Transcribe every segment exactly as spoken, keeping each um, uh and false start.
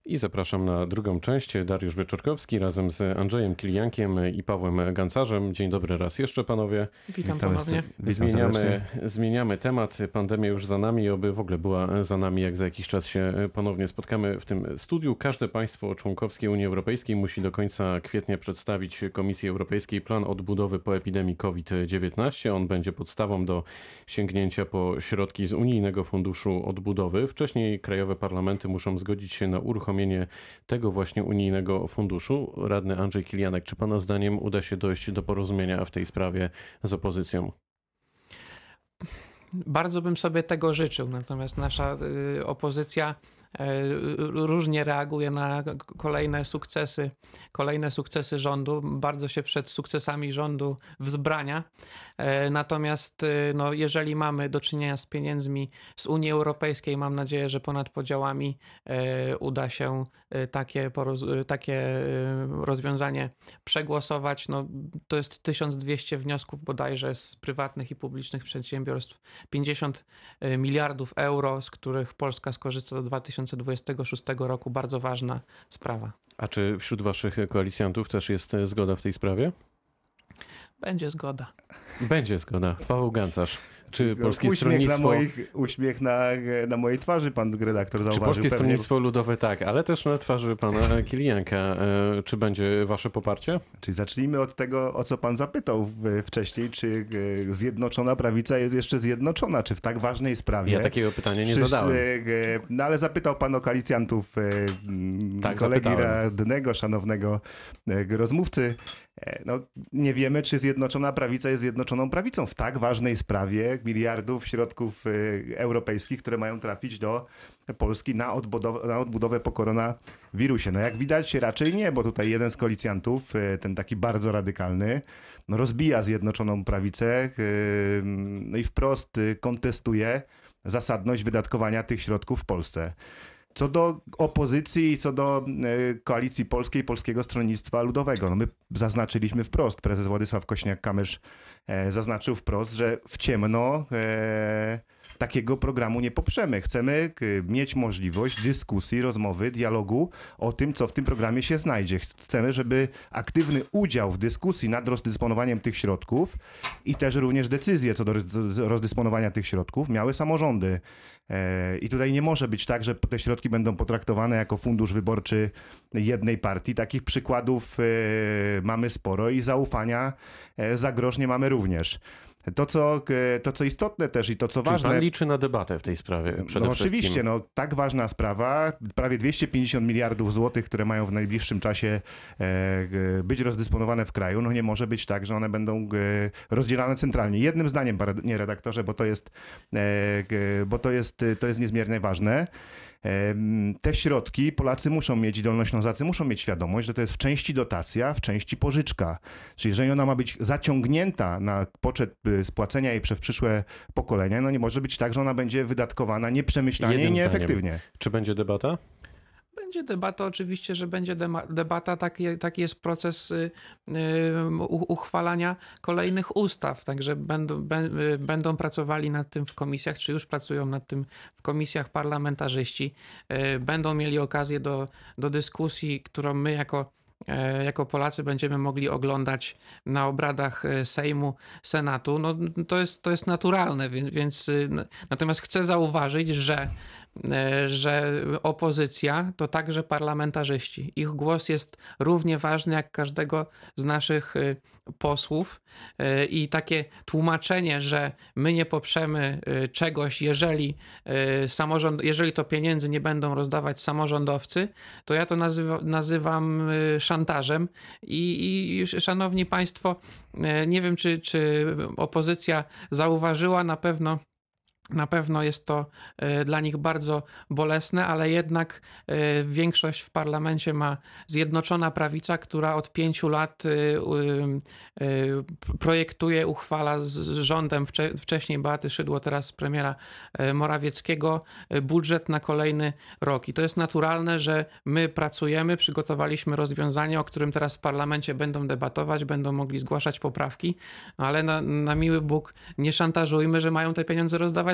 I zapraszam na drugą część. Dariusz Wieczorkowski razem z Andrzejem Kiliankiem i Pawłem Gancarzem. Dzień dobry raz jeszcze, panowie. Witam Witam ponownie. Zmieniamy, zmieniamy temat. Pandemia już za nami, oby w ogóle była za nami, jak za jakiś czas się ponownie spotkamy w tym studiu. Każde państwo członkowskie Unii Europejskiej musi do końca kwietnia przedstawić Komisji Europejskiej plan odbudowy po epidemii kowid dziewiętnaście. On będzie podstawą do sięgnięcia po środki z Unijnego Funduszu Odbudowy. Wcześniej krajowe parlamenty muszą zgodzić się na uruchomienie tego właśnie unijnego funduszu. Radny Andrzej Kilianek, czy pana zdaniem uda się dojść do porozumienia w tej sprawie z opozycją? Bardzo bym sobie tego życzył, natomiast nasza y, opozycja y, różnie reaguje na kolejne sukcesy, kolejne sukcesy rządu. Bardzo się przed sukcesami rządu wzbrania. Y, natomiast y, no, jeżeli mamy do czynienia z pieniędzmi z Unii Europejskiej, mam nadzieję, że ponad podziałami y, uda się y, takie, poroz- takie y, rozwiązanie przegłosować. No, to jest tysiąc dwieście wniosków bodajże z prywatnych i publicznych przedsiębiorstw. pięćdziesiąt miliardów euro, z których Polska skorzysta do dwa tysiące dwudziestego szóstego roku. Bardzo ważna sprawa. A czy wśród waszych koalicjantów też jest zgoda w tej sprawie? Będzie zgoda. Będzie zgoda. Paweł Gancarz. Czy Polskie uśmiech Stronnictwo... Na moich, uśmiech na, na mojej twarzy, pan redaktor zauważył. Czy Polskie pewnie... Stronnictwo Ludowe tak, ale też na twarzy pana Kilianka. Czy będzie wasze poparcie? Czyli zacznijmy od tego, o co pan zapytał wcześniej. Czy Zjednoczona Prawica jest jeszcze zjednoczona? Czy w tak ważnej sprawie? Ja takiego pytania nie Wszyscy, zadałem. No ale zapytał pan o koalicjantów tak, kolegi zapytałem. radnego, szanownego rozmówcy. No, nie wiemy, czy Zjednoczona Prawica jest Zjednoczoną Prawicą w tak ważnej sprawie miliardów środków europejskich, które mają trafić do Polski na odbudowę, na odbudowę po koronawirusie. No jak widać raczej nie, bo tutaj jeden z koalicjantów, ten taki bardzo radykalny, no rozbija Zjednoczoną Prawicę, no i wprost kontestuje zasadność wydatkowania tych środków w Polsce. Co do opozycji i co do Koalicji Polskiej, Polskiego Stronnictwa Ludowego, no my zaznaczyliśmy wprost, prezes Władysław Kośniak-Kamysz zaznaczył wprost, że w ciemno e, takiego programu nie poprzemy. Chcemy mieć możliwość dyskusji, rozmowy, dialogu o tym, co w tym programie się znajdzie. Chcemy, żeby aktywny udział w dyskusji nad rozdysponowaniem tych środków i też również decyzje co do rozdysponowania tych środków miały samorządy. I tutaj nie może być tak, że te środki będą potraktowane jako fundusz wyborczy jednej partii. Takich przykładów mamy sporo i zaufania za grosz nie mamy również. To co, to, co istotne też i to, co Czy ważne... pan liczy na debatę w tej sprawie przede no wszystkim? Oczywiście, no tak ważna sprawa, prawie dwieście pięćdziesiąt miliardów złotych, które mają w najbliższym czasie e, być rozdysponowane w kraju, no nie może być tak, że one będą e, rozdzielane centralnie. Jednym zdaniem, panie redaktorze, bo to jest, e, bo to jest, to jest niezmiernie ważne. Te środki Polacy muszą mieć, dolnoślązacy muszą mieć świadomość, że to jest w części dotacja, w części pożyczka. Czyli jeżeli ona ma być zaciągnięta na poczet spłacenia jej przez przyszłe pokolenia, no nie może być tak, że ona będzie wydatkowana nieprzemyślanie Jednym i nieefektywnie. zdaniem. Czy będzie debata? Będzie debata, oczywiście, że będzie debata, taki, taki jest proces y, y, uchwalania kolejnych ustaw, także będą, b, będą pracowali nad tym w komisjach, czy już pracują nad tym w komisjach parlamentarzyści, y, będą mieli okazję do, do dyskusji, którą my jako jako Polacy będziemy mogli oglądać na obradach Sejmu, Senatu. No, to jest, to jest naturalne, więc, więc natomiast chcę zauważyć, że że opozycja to także parlamentarzyści. Ich głos jest równie ważny jak każdego z naszych posłów i takie tłumaczenie, że my nie poprzemy czegoś, jeżeli samorząd, jeżeli to pieniędzy nie będą rozdawać samorządowcy, to ja to nazywa, nazywam szantażem i, i szanowni państwo, nie wiem, czy, czy opozycja zauważyła, na pewno Na pewno jest to dla nich bardzo bolesne, ale jednak większość w parlamencie ma Zjednoczona Prawica, która od pięciu lat projektuje, uchwala z rządem wcześniej Beaty Szydło, teraz premiera Morawieckiego budżet na kolejny rok. I to jest naturalne, że my pracujemy, przygotowaliśmy rozwiązanie, o którym teraz w parlamencie będą debatować, będą mogli zgłaszać poprawki, ale na, na miły Bóg nie szantażujmy, że mają te pieniądze rozdawać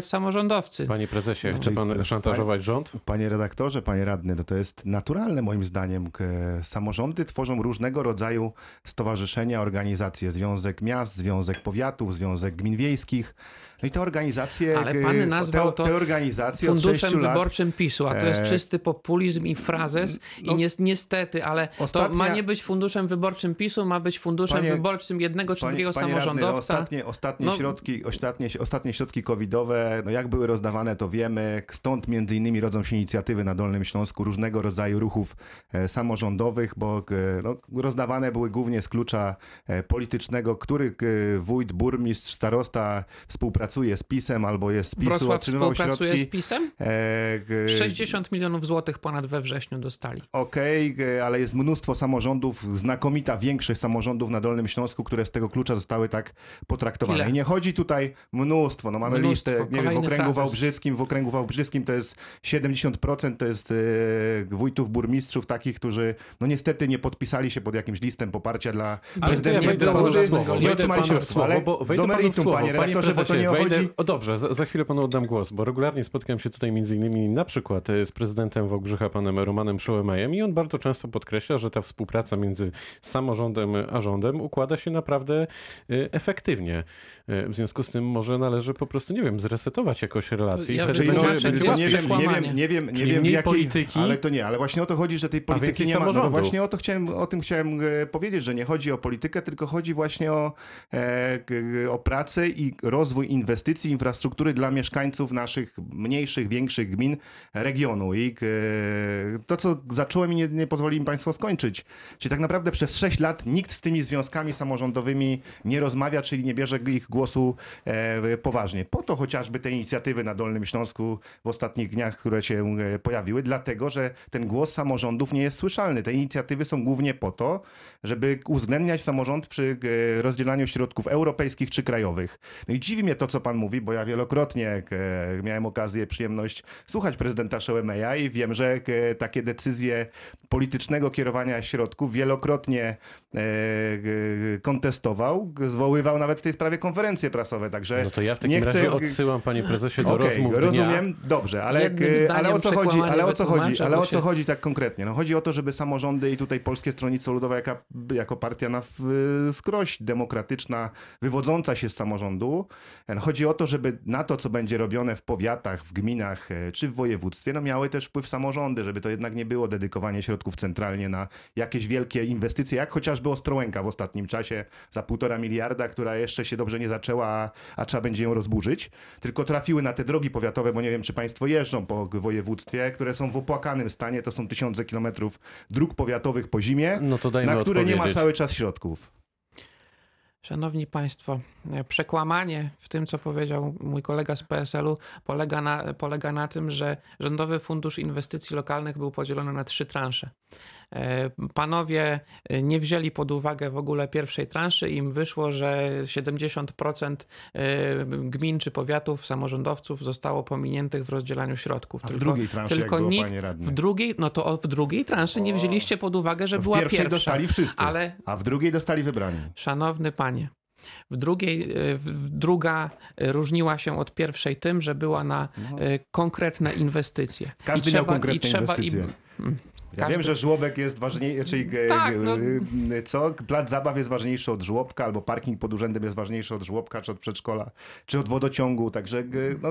nawet samorządowcy. Panie prezesie, No chce i- pan szantażować rząd? Panie redaktorze, panie radny, no to jest naturalne moim zdaniem. K- Samorządy tworzą różnego rodzaju stowarzyszenia, organizacje. Związek Miast, Związek Powiatów, Związek Gmin Wiejskich. No i te organizacje... Ale k- pan nazwał te, to te organizacje od funduszem sześciu lat... wyborczym PiSu, a to jest e, czysty populizm i frazes no, i ni niestety, ale ostatnia- to ma nie być funduszem wyborczym PiSu, ma być funduszem Panie- wyborczym jednego czy Panie, drugiego panie radny, no samorządowca. ostatnie, ostatnie, No- środki, ostatnie, ostatnie środki covidowe, no jak były rozdawane, to wiemy. Stąd między innymi rodzą się inicjatywy na Dolnym Śląsku różnego rodzaju ruchów e, samorządowych, bo e, no, rozdawane były głównie z klucza e, politycznego, który e, wójt, burmistrz, starosta współpracuje z PiS-em albo jest z PiSu, Wrocław otrzymywał współpracuje środki. z PiS-em? E, g- sześćdziesiąt milionów złotych ponad we wrześniu dostali. Okej, e, ale jest mnóstwo samorządów, znakomita większość samorządów na Dolnym Śląsku, które z tego klucza zostały tak potraktowane. Ile? I nie chodzi tutaj mnóstwo, no mamy Mnóstwo, listę, nie wiem, w kolejny okręgu frazes. wałbrzyskim, w okręgu wałbrzyskim to jest siedemdziesiąt procent, to jest e, wójtów, burmistrzów takich, którzy no niestety nie podpisali się pod jakimś listem poparcia dla Ale to prezydenta ja wejdę było panu w żadnego słowo, listu. wejdę otrzymali panu w środków, słowo, ale bo wejdę do panu w meritum, słowo. panie redaktorze, bo to prezesie, nie wejdę... chodzi... O dobrze, za, za chwilę panu oddam głos, bo regularnie spotkałem się tutaj między innymi na przykład z prezydentem Wałbrzycha, panem Romanem Szołemajem i on bardzo często podkreśla, że ta współpraca między samorządem a rządem układa się naprawdę y, efektywnie. Y, W związku z tym może należy po prostu, nie wiem, zresetować jakoś relacje i Ja wtedy Czyli no, będzie, wytłumaczę, będzie jest nie, wiem, nie przekłamanie. wiem, nie wiem, nie Czyli wiem w mniej jakiej... polityki, ale to nie, ale właśnie o to chodzi, że tej polityki więcej nie ma. No to samorządu. właśnie o to chciałem, o tym chciałem e, powiedzieć, że nie chodzi o politykę, tylko chodzi właśnie o, e, k- o pracę i rozwój inwestycji, infrastruktury dla mieszkańców naszych mniejszych, większych gmin regionu. I k- e, to, co zacząłem i nie, nie pozwoli mi państwo skończyć. Czyli tak naprawdę przez sześć lat nikt z tymi związkami samorządowymi nie rozmawia, czyli nie bierze ich głosu e, poważnie. Po to chociażby te inicjatywy na Dolnym Śląsku w ostatnich dniach, które się e, pojawiły, dlatego, że ten głos samorządów nie jest słyszalny. Te inicjatywy są głównie po to, żeby uwzględniać samorząd przy e, rozdzielaniu środków europejskich czy krajowych. No i dziwi mnie to, co pan mówi, bo ja wielokrotnie e, miałem okazję, przyjemność słuchać prezydenta Szołemaja i wiem, że e, takie decyzje politycznego kierowania środków wielokrotnie e, e, kontestował, zwoływał nawet w tej sprawie konferencje prasowe, także No to ja w takim nie chcę... razie odsyłam, panie prezesie, do Okej, rozmów dnia. rozumiem, dobrze, ale, Jednym ale zdaniem o co chodzi, przekłamanie ale o co chodzi, wytłumaczę, ale bo o co się- chodzi tak konkretnie? No chodzi o to, żeby samorządy i tutaj Polskie Stronnictwo Ludowe jako, jako partia na w- skroś demokratyczna, wywodząca się z samorządu, no chodzi o to, żeby na to, co będzie robione w powiatach, w gminach e, czy w województwie, no miały też wpływ samorządy, żeby to jednak nie było dedykowanie środków centralnie na jakieś wielkie inwestycje, jak chociażby Ostrołęka w ostatnim czasie za półtora miliarda, która jeszcze się dobrze nie zaczęła, a, a trzeba będzie ją rozburzyć, tylko trafiły na te drogi powiatowe, bo nie wiem, czy państwo jeżdżą po województwie, które są w opłakanym stanie, to są tysiące kilometrów dróg powiatowych po zimie, No to dajmy na które nie ma odpowiedzieć. cały czas środków. Szanowni Państwo, przekłamanie w tym, co powiedział mój kolega z P S L u, polega na, polega na tym, że Rządowy Fundusz Inwestycji Lokalnych był podzielony na trzy transze. E, Panowie nie wzięli pod uwagę w ogóle pierwszej transzy i im wyszło, że siedemdziesiąt procent e, gmin czy powiatów, samorządowców zostało pominiętych w rozdzielaniu środków. A w drugiej transzy jak było, panie radny? W drugiej, no to w drugiej transzy nie wzięliście pod uwagę, że W była pierwszej pierwsza. dostali wszyscy, ale a w drugiej dostali wybrani. Szanowny panie, w drugiej, w- w- druga różniła się od pierwszej tym, że była na e, konkretne inwestycje. No. Każdy I miał trzeba- konkretne i trzeba, inwestycje. I, mm, Ja każdy- wiem, że żłobek jest ważniejszy, czyli e, Tak, no. e, co? Plac zabaw jest ważniejszy od żłobka, albo parking pod urzędem jest ważniejszy od żłobka, czy od przedszkola, czy od wodociągu, także e, no,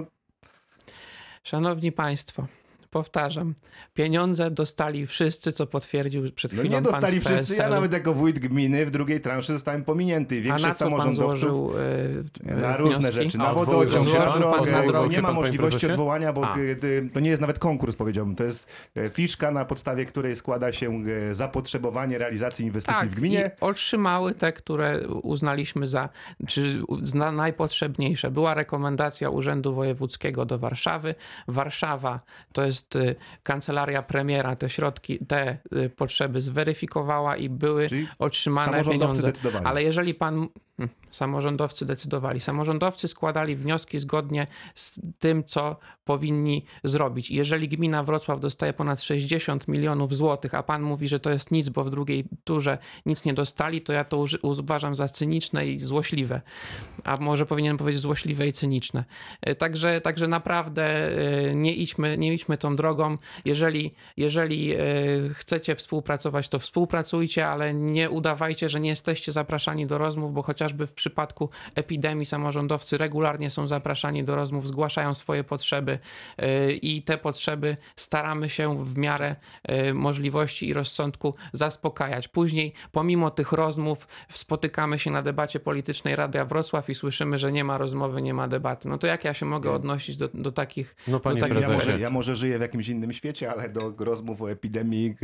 Szanowni państwo, powtarzam, pieniądze dostali wszyscy, co potwierdził przed no chwilą nie pan dostali z wszyscy, ja P S L u. nawet jako wójt gminy w drugiej transzy zostałem pominięty. A Większość na co pan samorządowców złożył e, na e, różne wnioski? rzeczy, A na odwoływał wodociąg, się na pan? drogę, Odwoływał się nie ma pan, panie możliwości prezesie? odwołania, bo A. e, e, to nie jest nawet konkurs, powiedziałbym, to jest e, fiszka, na podstawie której składa się e, zapotrzebowanie realizacji inwestycji Tak, w gminie. i otrzymały te, które uznaliśmy za, czy za najpotrzebniejsze. Była rekomendacja Urzędu Wojewódzkiego do Warszawy. Warszawa to jest y, kancelaria premiera, te środki, te y, potrzeby zweryfikowała i były Czyli otrzymane samorządowcy pieniądze. decydowali. Ale jeżeli pan Samorządowcy decydowali. Samorządowcy składali wnioski zgodnie z tym, co powinni zrobić. Jeżeli gmina Wrocław dostaje ponad sześćdziesiąt milionów złotych, a pan mówi, że to jest nic, bo w drugiej turze nic nie dostali, to ja to uważam za cyniczne i złośliwe. A może powinienem powiedzieć złośliwe i cyniczne. Także, także naprawdę nie idźmy, nie idźmy tą drogą. Jeżeli, jeżeli chcecie współpracować, to współpracujcie, ale nie udawajcie, że nie jesteście zapraszani do rozmów, bo chociażby w przypadku epidemii samorządowcy regularnie są zapraszani do rozmów, zgłaszają swoje potrzeby i te potrzeby staramy się w miarę możliwości i rozsądku zaspokajać. Później, pomimo tych rozmów, spotykamy się na debacie politycznej Radia Wrocław i słyszymy, że nie ma rozmowy, nie ma debaty. No to jak ja się mogę odnosić do, do takich... No panie do takich ja, może, ja może żyję w jakimś innym świecie, ale do rozmów o epidemii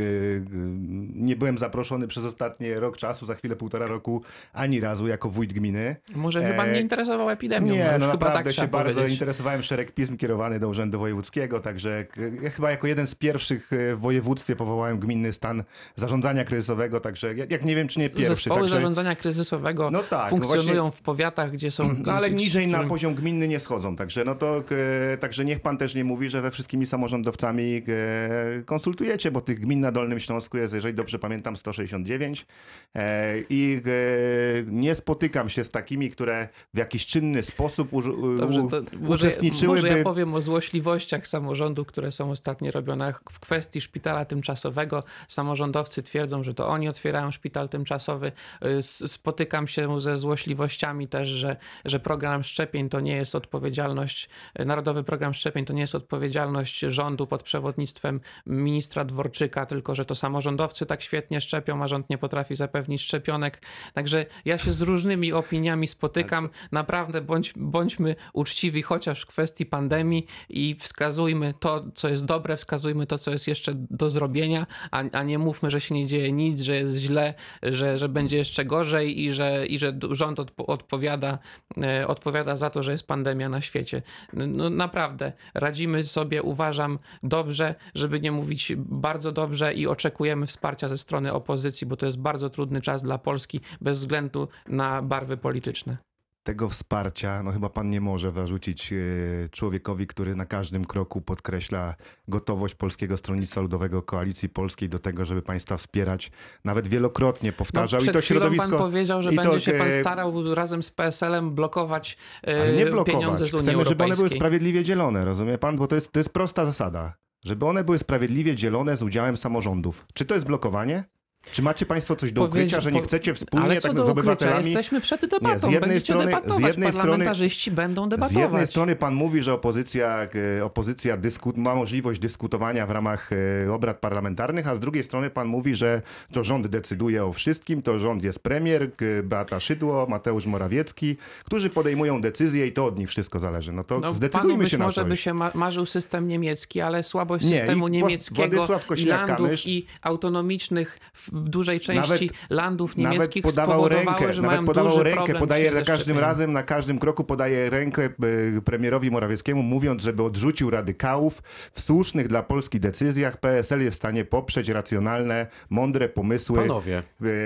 nie byłem zaproszony przez ostatnie rok czasu, za chwilę półtora roku, ani razu jako wójt gminy. Może chyba e... nie interesował epidemią. Nie, no, no chyba naprawdę tak się bardzo powiedzieć. interesowałem. Szereg pism kierowany do Urzędu Wojewódzkiego, także ja chyba jako jeden z pierwszych w województwie powołałem gminny stan zarządzania kryzysowego, także jak, jak nie wiem, czy nie pierwszy. Zespoły także... zarządzania kryzysowego no tak, funkcjonują no właśnie... w powiatach, gdzie są... No ale niżej którym... na poziom gminny nie schodzą, także no to e, także niech pan też nie mówi, że we wszystkimi samorządowcami e, konsultujecie, bo tych gmin na Dolnym Śląsku jest, jeżeli dobrze pamiętam, sto sześćdziesiąt dziewięć e, i e, nie spotykam się z takimi, które w jakiś czynny sposób u, Dobrze, to u, może, uczestniczyłyby. może ja powiem o złośliwościach samorządu, które są ostatnio robione w kwestii szpitala tymczasowego. Samorządowcy twierdzą, że to oni otwierają szpital tymczasowy. Spotykam się ze złośliwościami też, że, że program szczepień to nie jest odpowiedzialność, Narodowy Program Szczepień to nie jest odpowiedzialność rządu pod przewodnictwem ministra Dworczyka, tylko że to samorządowcy tak świetnie szczepią, a rząd nie potrafi zapewnić szczepionek. Także ja się z różnymi opiniami spotykam. Naprawdę bądź, bądźmy uczciwi chociaż w kwestii pandemii i wskazujmy to, co jest dobre, wskazujmy to, co jest jeszcze do zrobienia, a, a nie mówmy, że się nie dzieje nic, że jest źle, że, że będzie jeszcze gorzej i że, i że rząd odpo, odpowiada, e, odpowiada za to, że jest pandemia na świecie. No naprawdę, radzimy sobie, uważam, dobrze, żeby nie mówić bardzo dobrze i oczekujemy wsparcia ze strony opozycji, bo to jest bardzo trudny czas dla Polski bez względu na barwy polityczne. Tego wsparcia, no chyba pan nie może zarzucić człowiekowi, który na każdym kroku podkreśla gotowość Polskiego Stronnictwa Ludowego, Koalicji Polskiej do tego, żeby państwa wspierać. Nawet wielokrotnie powtarzał. No, przed I to środowisko. Pan powiedział, że i będzie to, się pan starał razem z P S L-em blokować ale nie blokować. pieniądze z Unii Chcemy, Europejskiej. żeby one były sprawiedliwie dzielone, rozumie pan? Bo to jest, to jest prosta zasada. Żeby one były sprawiedliwie dzielone z udziałem samorządów. Czy to jest blokowanie? Czy macie państwo coś do ukrycia, Powiedz, że nie po... chcecie wspólnie ale co tak do z obywatelami? Ukrycia? Jesteśmy przed debatą, nie, z jednej będziecie strony, debatować, z jednej parlamentarzyści strony, będą debatować. Z jednej strony pan mówi, że opozycja, opozycja dysku, ma możliwość dyskutowania w ramach obrad parlamentarnych, a z drugiej strony pan mówi, że to rząd decyduje o wszystkim, to rząd jest premier, Beata Szydło, Mateusz Morawiecki, którzy podejmują decyzje i to od nich wszystko zależy. No to no, zdecydujmy panu się być na może coś. by się ma- marzył system niemiecki, ale słabość Nie, systemu i niemieckiego i landów Kamysz, i autonomicznych w dużej części nawet, landów niemieckich nawet podawał spowodowały, rękę, że nawet mają podawał duży rękę, problem podaje za każdym szczepieniem. razem, na każdym kroku podaje rękę premierowi Morawieckiemu, mówiąc, żeby odrzucił radykałów w słusznych dla Polski decyzjach. P S L jest w stanie poprzeć racjonalne, mądre pomysły. Panowie.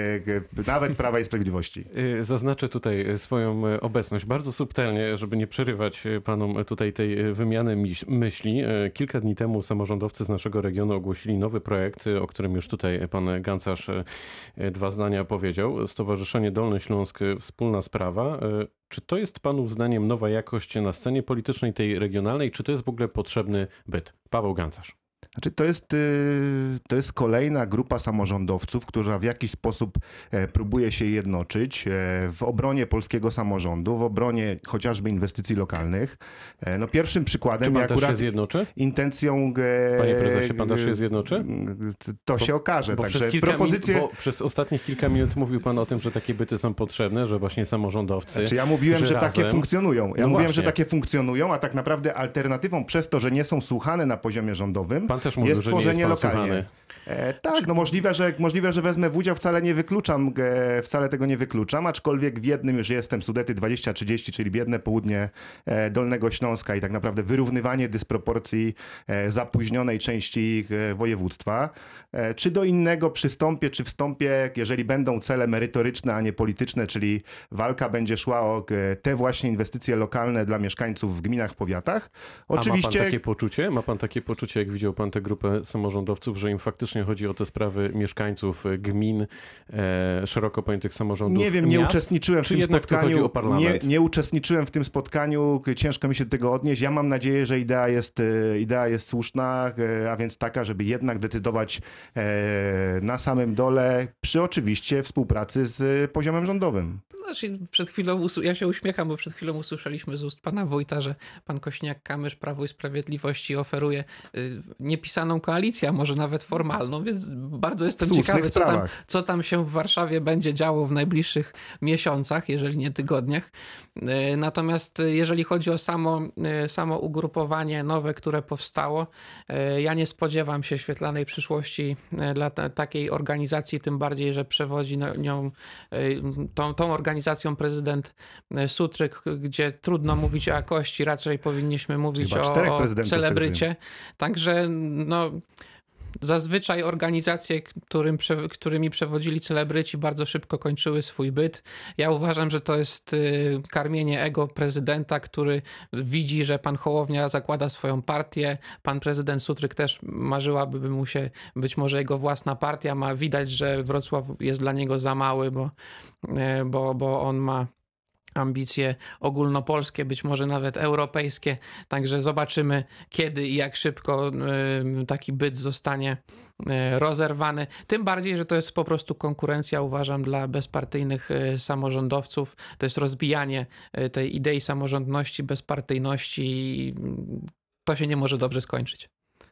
Nawet Prawa i Sprawiedliwości. Zaznaczę tutaj swoją obecność bardzo subtelnie, żeby nie przerywać panom tutaj tej wymiany myśli. Kilka dni temu samorządowcy z naszego regionu ogłosili nowy projekt, o którym już tutaj pan Gancarz dwa zdania powiedział. Stowarzyszenie Dolny Śląsk Wspólna Sprawa. Czy to jest panu zdaniem nowa jakość na scenie politycznej tej regionalnej? Czy to jest w ogóle potrzebny byt? Paweł Gancarz. Znaczy to jest, to jest kolejna grupa samorządowców, która w jakiś sposób próbuje się jednoczyć w obronie polskiego samorządu, w obronie chociażby inwestycji lokalnych. No pierwszym przykładem... Czy pan akurat też się zjednoczy? Intencją... Panie prezesie, pan też się zjednoczy? To bo, się okaże. Bo, Także przez kilka propozycje... minut, bo przez ostatnich kilka minut mówił pan o tym, że takie byty są potrzebne, że właśnie samorządowcy... Znaczy ja mówiłem, że, że razem... takie funkcjonują. Ja no mówiłem, właśnie. że takie funkcjonują, a tak naprawdę alternatywą przez to, że nie są słuchane na poziomie rządowym, pan też mówił, jest że tworzenie nie jest pan lokalnie. słuchany. E, tak, no możliwe, że, możliwe, że wezmę w udział, wcale nie wykluczam, e, wcale tego nie wykluczam, aczkolwiek w jednym już jestem, Sudety dwadzieścia trzydzieści, czyli biedne południe e, Dolnego Śląska i tak naprawdę wyrównywanie dysproporcji e, zapóźnionej części e, województwa. E, czy do innego przystąpię, czy wstąpię, jeżeli będą cele merytoryczne, a nie polityczne, czyli walka będzie szła o e, te właśnie inwestycje lokalne dla mieszkańców w gminach, w powiatach. Oczywiście... A ma pan takie poczucie? Ma pan takie poczucie, jak widział pan tę grupę samorządowców, że im faktycznie chodzi o te sprawy mieszkańców gmin, e, szeroko pojętych samorządów Nie wiem, nie miast, uczestniczyłem w czy tym jednak spotkaniu. to chodzi o parlament? Nie, nie uczestniczyłem w tym spotkaniu, ciężko mi się do tego odnieść. Ja mam nadzieję, że idea jest, idea jest słuszna, a więc taka, żeby jednak decydować na samym dole, przy oczywiście współpracy z poziomem rządowym. Znaczy, przed chwilą, ja się uśmiecham, bo przed chwilą usłyszeliśmy z ust pana wójta, że pan Kosiniak-Kamysz Prawu i Sprawiedliwości oferuje niepisaną koalicję, a może nawet formalną, więc bardzo jestem ciekawy, co tam, co tam się w Warszawie będzie działo w najbliższych miesiącach, jeżeli nie tygodniach. Natomiast jeżeli chodzi o samo, samo ugrupowanie nowe, które powstało, ja nie spodziewam się świetlanej przyszłości dla t- takiej organizacji, tym bardziej, że przewodzi nią tą, tą organizacją prezydent Sutryk, gdzie trudno mówić o jakości, raczej powinniśmy mówić o, o celebrycie. Także no, zazwyczaj organizacje, którym, którymi przewodzili celebryci, bardzo szybko kończyły swój byt. Ja uważam, że to jest karmienie ego prezydenta, który widzi, że pan Hołownia zakłada swoją partię. Pan prezydent Sutryk też marzyłaby by mu się być może jego własna partia. Ma widać, że Wrocław jest dla niego za mały, bo, bo, bo on ma ambicje ogólnopolskie, być może nawet europejskie. Także zobaczymy, kiedy i jak szybko taki byt zostanie rozerwany. Tym bardziej, że to jest po prostu konkurencja, uważam, dla bezpartyjnych samorządowców. To jest rozbijanie tej idei samorządności, bezpartyjności. To się nie może dobrze skończyć.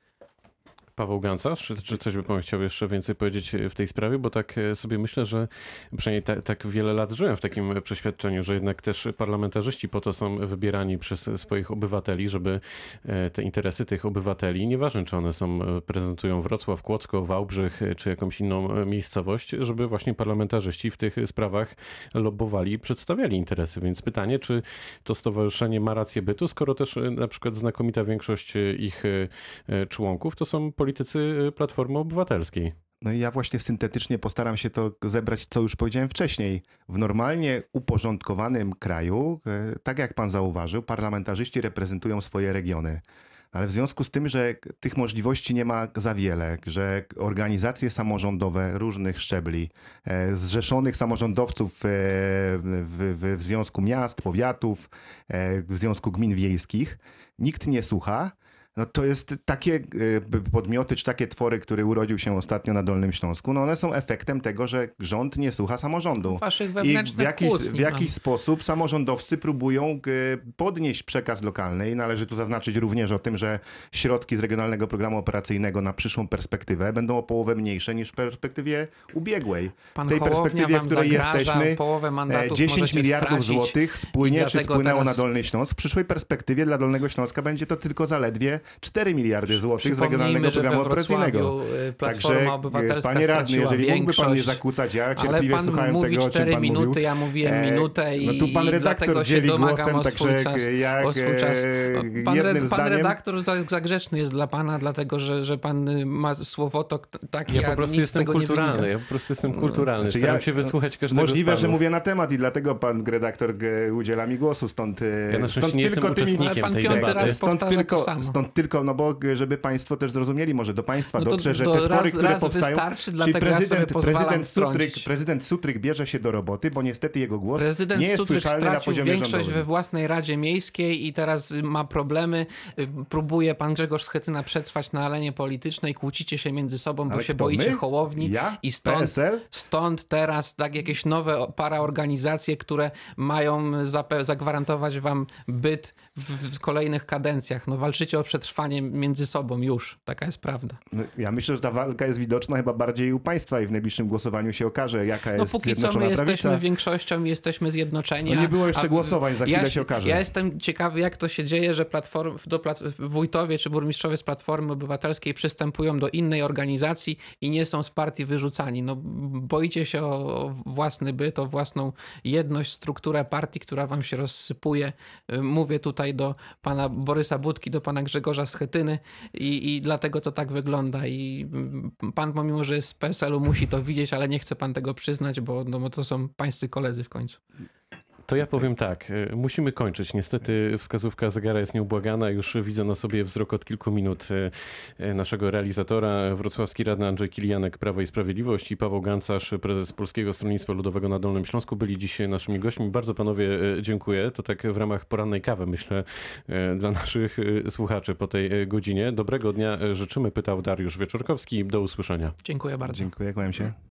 Paweł Gancarz, czy, czy coś by pan chciał jeszcze więcej powiedzieć w tej sprawie? Bo tak sobie myślę, że przynajmniej ta, tak wiele lat żyłem w takim przeświadczeniu, że jednak też parlamentarzyści po to są wybierani przez swoich obywateli, żeby te interesy tych obywateli, nieważne czy one są, prezentują Wrocław, Kłodzko, Wałbrzych czy jakąś inną miejscowość, żeby właśnie parlamentarzyści w tych sprawach lobbowali i przedstawiali interesy. Więc pytanie, czy to stowarzyszenie ma rację bytu, skoro też na przykład znakomita większość ich członków to są politycy Platformy Obywatelskiej. No i ja właśnie syntetycznie postaram się to zebrać, co już powiedziałem wcześniej. W normalnie uporządkowanym kraju, tak jak pan zauważył, parlamentarzyści reprezentują swoje regiony. Ale w związku z tym, że tych możliwości nie ma za wiele, że organizacje samorządowe różnych szczebli, zrzeszonych samorządowców w, w, w Związku Miast, Powiatów, w Związku Gmin Wiejskich, nikt nie słucha. No to jest takie podmioty, czy takie twory, które urodził się ostatnio na Dolnym Śląsku, no one są efektem tego, że rząd nie słucha samorządu. Waszych wewnętrznych I w jakiś, kłótni, w jakiś sposób samorządowcy próbują podnieść przekaz lokalny i należy tu zaznaczyć również o tym, że środki z Regionalnego Programu Operacyjnego na przyszłą perspektywę będą o połowę mniejsze niż w perspektywie ubiegłej. Pan w tej Hołownia perspektywie, w której jesteśmy, dziesięć miliardów złotych spłynie, czy spłynęło teraz... na Dolny Śląsk. W przyszłej perspektywie dla Dolnego Śląska będzie to tylko zaledwie cztery miliardy złotych z Regionalnego Programu Operacyjnego. Także, panie radny, jeżeli mógłby pan nie zakłócać, ja cierpliwie słuchałem mówi tego, o czym pan minuty, mówił. Ja mówiłem minutę i, no tu pan redaktor dzieli głosem, o swój także czas, jak o swój czas. Pan, jednym pan zdaniem... redaktor za, za grzeczny jest dla pana, dlatego że, że pan ma słowotok taki, ja po prostu jestem kulturalny. Ja po prostu jestem kulturalny. Znaczy, Staram ja, się wysłuchać każdego Możliwe, że mówię na temat i dlatego pan redaktor udziela mi głosu, stąd, ja na stąd nie tylko jestem uczestnikiem tej debaty. Stąd tylko, stąd tylko, no bo żeby państwo też zrozumieli, może do państwa no dotrze, że te twory, raz, które raz powstają, czyli prezydent, ja prezydent, Sutryk, prezydent Sutryk bierze się do roboty, bo niestety jego głos prezydent nie jest Sutryk słyszalny na poziomie większość rządowym. we własnej Radzie Miejskiej i teraz ma problemy. Próbuje pan Grzegorz Schetyna przetrwać na arenie politycznej, kłócicie się między sobą, bo Ale się kto, boicie my? Hołowni Ja? i stąd, P S L? stąd teraz tak jakieś nowe paraorganizacje, które mają zagwarantować wam byt w, w kolejnych kadencjach. No walczycie o przetrwanie przetrwanie między sobą już. Taka jest prawda. Ja myślę, że ta walka jest widoczna chyba bardziej u państwa i w najbliższym głosowaniu się okaże, jaka No jest póki co zjednoczona my prawica. jesteśmy większością i jesteśmy zjednoczeni. No nie było a- jeszcze a- głosowań, za chwilę ja, się okaże. Ja jestem ciekawy, jak to się dzieje, że platform, do plat, wójtowie czy burmistrzowie z Platformy Obywatelskiej przystępują do innej organizacji i nie są z partii wyrzucani. No, boicie się o własny byt, o własną jedność, strukturę partii, która wam się rozsypuje. Mówię tutaj do pana Borysa Budki, do pana Grzegorza Schetyny i, i dlatego to tak wygląda. I pan, pomimo że jest z P S L u, musi to widzieć, ale nie chce pan tego przyznać, bo, no, bo to są pańscy koledzy w końcu. To ja powiem tak, y, musimy kończyć. Niestety wskazówka zegara jest nieubłagana. Już widzę na sobie wzrok od kilku minut y, y, naszego realizatora. Wrocławski radny Andrzej Kilianek, Prawo i Sprawiedliwość, i Paweł Gancarz, prezes Polskiego Stronnictwa Ludowego na Dolnym Śląsku, byli dziś naszymi gośćmi. Bardzo panowie y, dziękuję. To tak w ramach porannej kawy, myślę, y, dla naszych y, słuchaczy po tej y, godzinie. Dobrego dnia y, życzymy, pytał Dariusz Wieczorkowski. Do usłyszenia. Dziękuję bardzo. Dziękuję, kłaniam się.